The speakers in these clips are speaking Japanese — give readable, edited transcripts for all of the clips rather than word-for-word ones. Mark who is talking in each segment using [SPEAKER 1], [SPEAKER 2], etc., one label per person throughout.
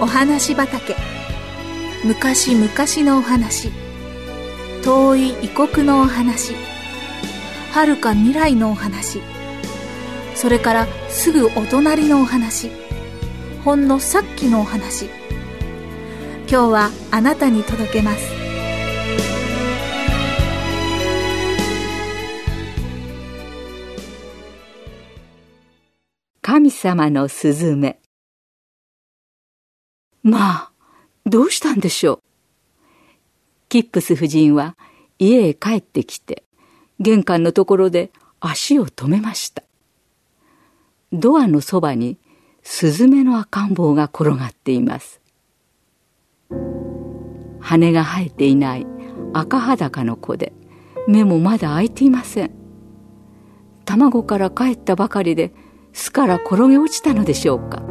[SPEAKER 1] お話畑。昔々のお話、遠い異国のお話、遥か未来のお話、それからすぐお隣のお話、ほんのさっきのお話。今日はあなたに届けます。
[SPEAKER 2] 神様のすずめ。まあ、どうしたんでしょう。キップス夫人は家へ帰ってきて、玄関のところで足を止めました。ドアのそばにスズメの赤ん坊が転がっています。羽が生えていない赤裸の子で、目もまだ開いていません。卵から帰ったばかりで巣から転げ落ちたのでしょうか。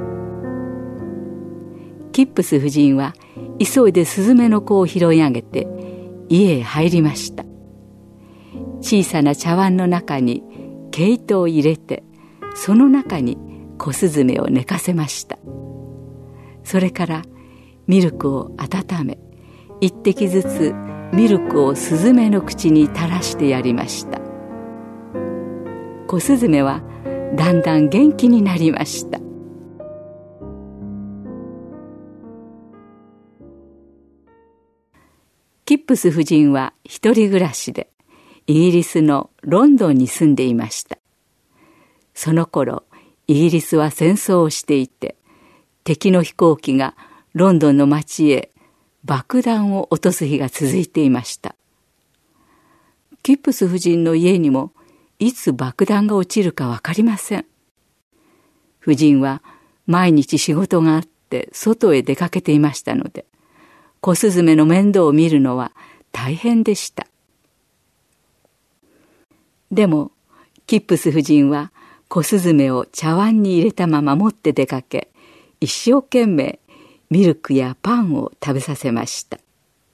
[SPEAKER 2] キップス夫人は急いでスズメの子を拾い上げて家へ入りました。小さな茶碗の中に毛糸を入れて、その中に小スズメを寝かせました。それからミルクを温め、一滴ずつミルクをスズメの口に垂らしてやりました。小スズメはだんだん元気になりました。キップス夫人は一人暮らしでイギリスのロンドンに住んでいました。その頃イギリスは戦争をしていて、敵の飛行機がロンドンの街へ爆弾を落とす日が続いていました。キップス夫人の家にもいつ爆弾が落ちるかわかりません。夫人は毎日仕事があって外へ出かけていましたので、小スズメの面倒を見るのは大変でした。でもキップス夫人は小スズメを茶碗に入れたまま持って出かけ、一生懸命ミルクやパンを食べさせました。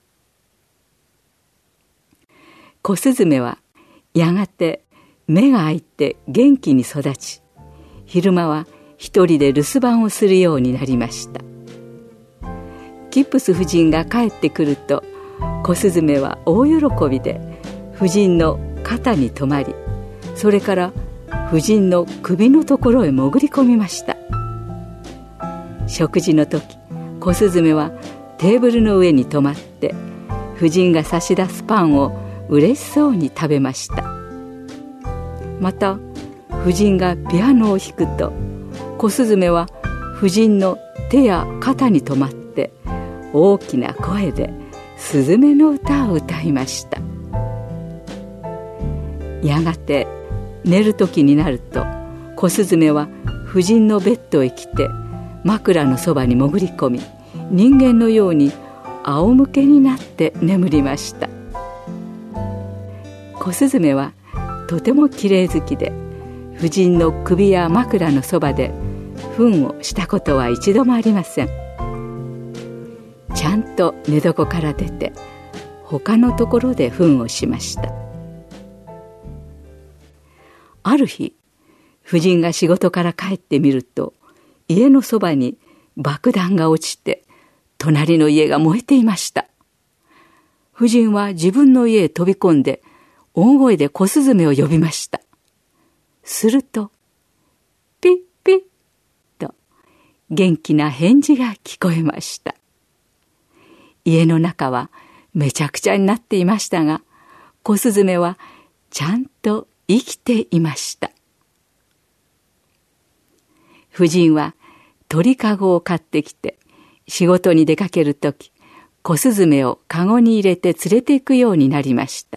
[SPEAKER 2] 小スズメはやがて目が開いて元気に育ち、昼間は一人で留守番をするようになりました。キップス夫人が帰ってくると、小スズメは大喜びで夫人の肩に止まり、それから夫人の首のところへ潜り込みました。食事の時、小スズメはテーブルの上に止まって、夫人が差し出すパンを嬉しそうに食べました。また夫人がピアノを弾くと、小スズメは夫人の手や肩に止まって大きな声でスズメの歌を歌いました。やがて寝る時になると、小スズメは夫人のベッドへ来て枕のそばに潜り込み、人間のように仰向けになって眠りました。小スズメはとてもきれい好きで、夫人の首や枕のそばで糞をしたことは一度もありません。ちゃんと寝床から出て他のところで糞をしました。ある日、夫人が仕事から帰ってみると、家のそばに爆弾が落ちて隣の家が燃えていました。夫人は自分の家へ飛び込んで大声で小スズメを呼びました。すると、ピッピッと元気な返事が聞こえました。家の中はめちゃくちゃになっていましたが、小スズメはちゃんと生きていました。夫人は鳥かごを買ってきて、仕事に出かけるとき、小スズメをかごに入れて連れて行くようになりました。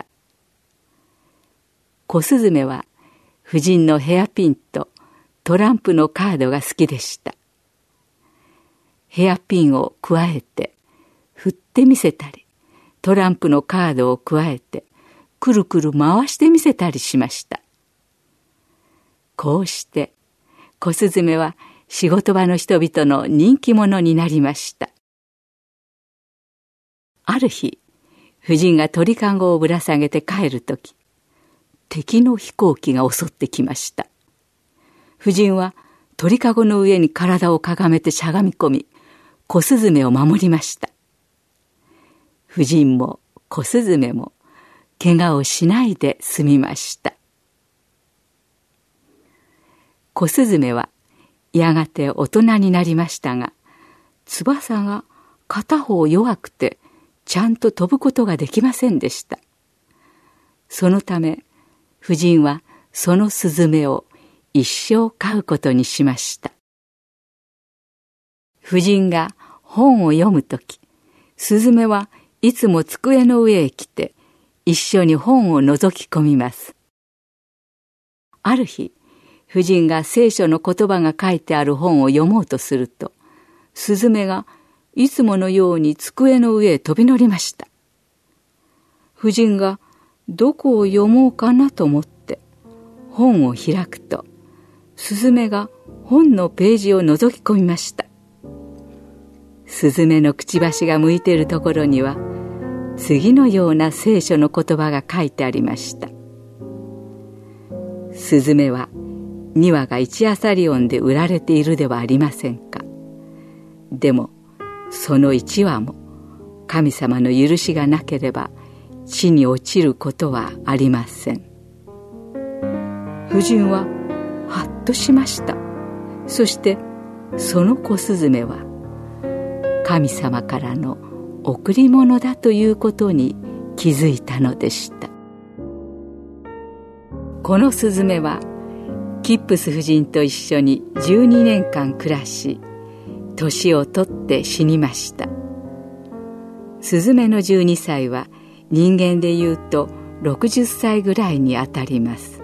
[SPEAKER 2] 小スズメは夫人のヘアピンとトランプのカードが好きでした。ヘアピンをくわえて振ってみせたり、トランプのカードをくわえてくるくる回してみせたりしました。こうして小スズメは仕事場の人々の人気者になりました。ある日、夫人が鳥かごをぶら下げて帰るとき、敵の飛行機が襲ってきました。夫人は鳥かごの上に体をかがめてしゃがみ込み、 小雀を守りました。婦人も小雀も怪我をしないで済みました。小雀はやがて大人になりましたが、翼が片方弱くてちゃんと飛ぶことができませんでした。そのため婦人はそのスズメを一生飼うことにしました。婦人が本を読むとき、スズメはいつも机の上へ来て一緒に本を覗き込みます。ある日、婦人が聖書の言葉が書いてある本を読もうとすると、スズメがいつものように机の上へ飛び乗りました。婦人がどこを読もうかなと思って本を開くと、スズメが本のページを覗き込みました。スズメのくちばしが向いているところには、次のような聖書の言葉が書いてありました。スズメは2羽が1アサリオンで売られているではありませんか。でもその1羽も神様の許しがなければ地に落ちることはありません。婦人ははっとしました。そしてその小スズメは神様からの贈り物だということに気づいたのでした。このスズメはキップス夫人と一緒に12年間暮らし、年を取って死にました。スズメの12歳は人間でいうと60歳ぐらいにあたります。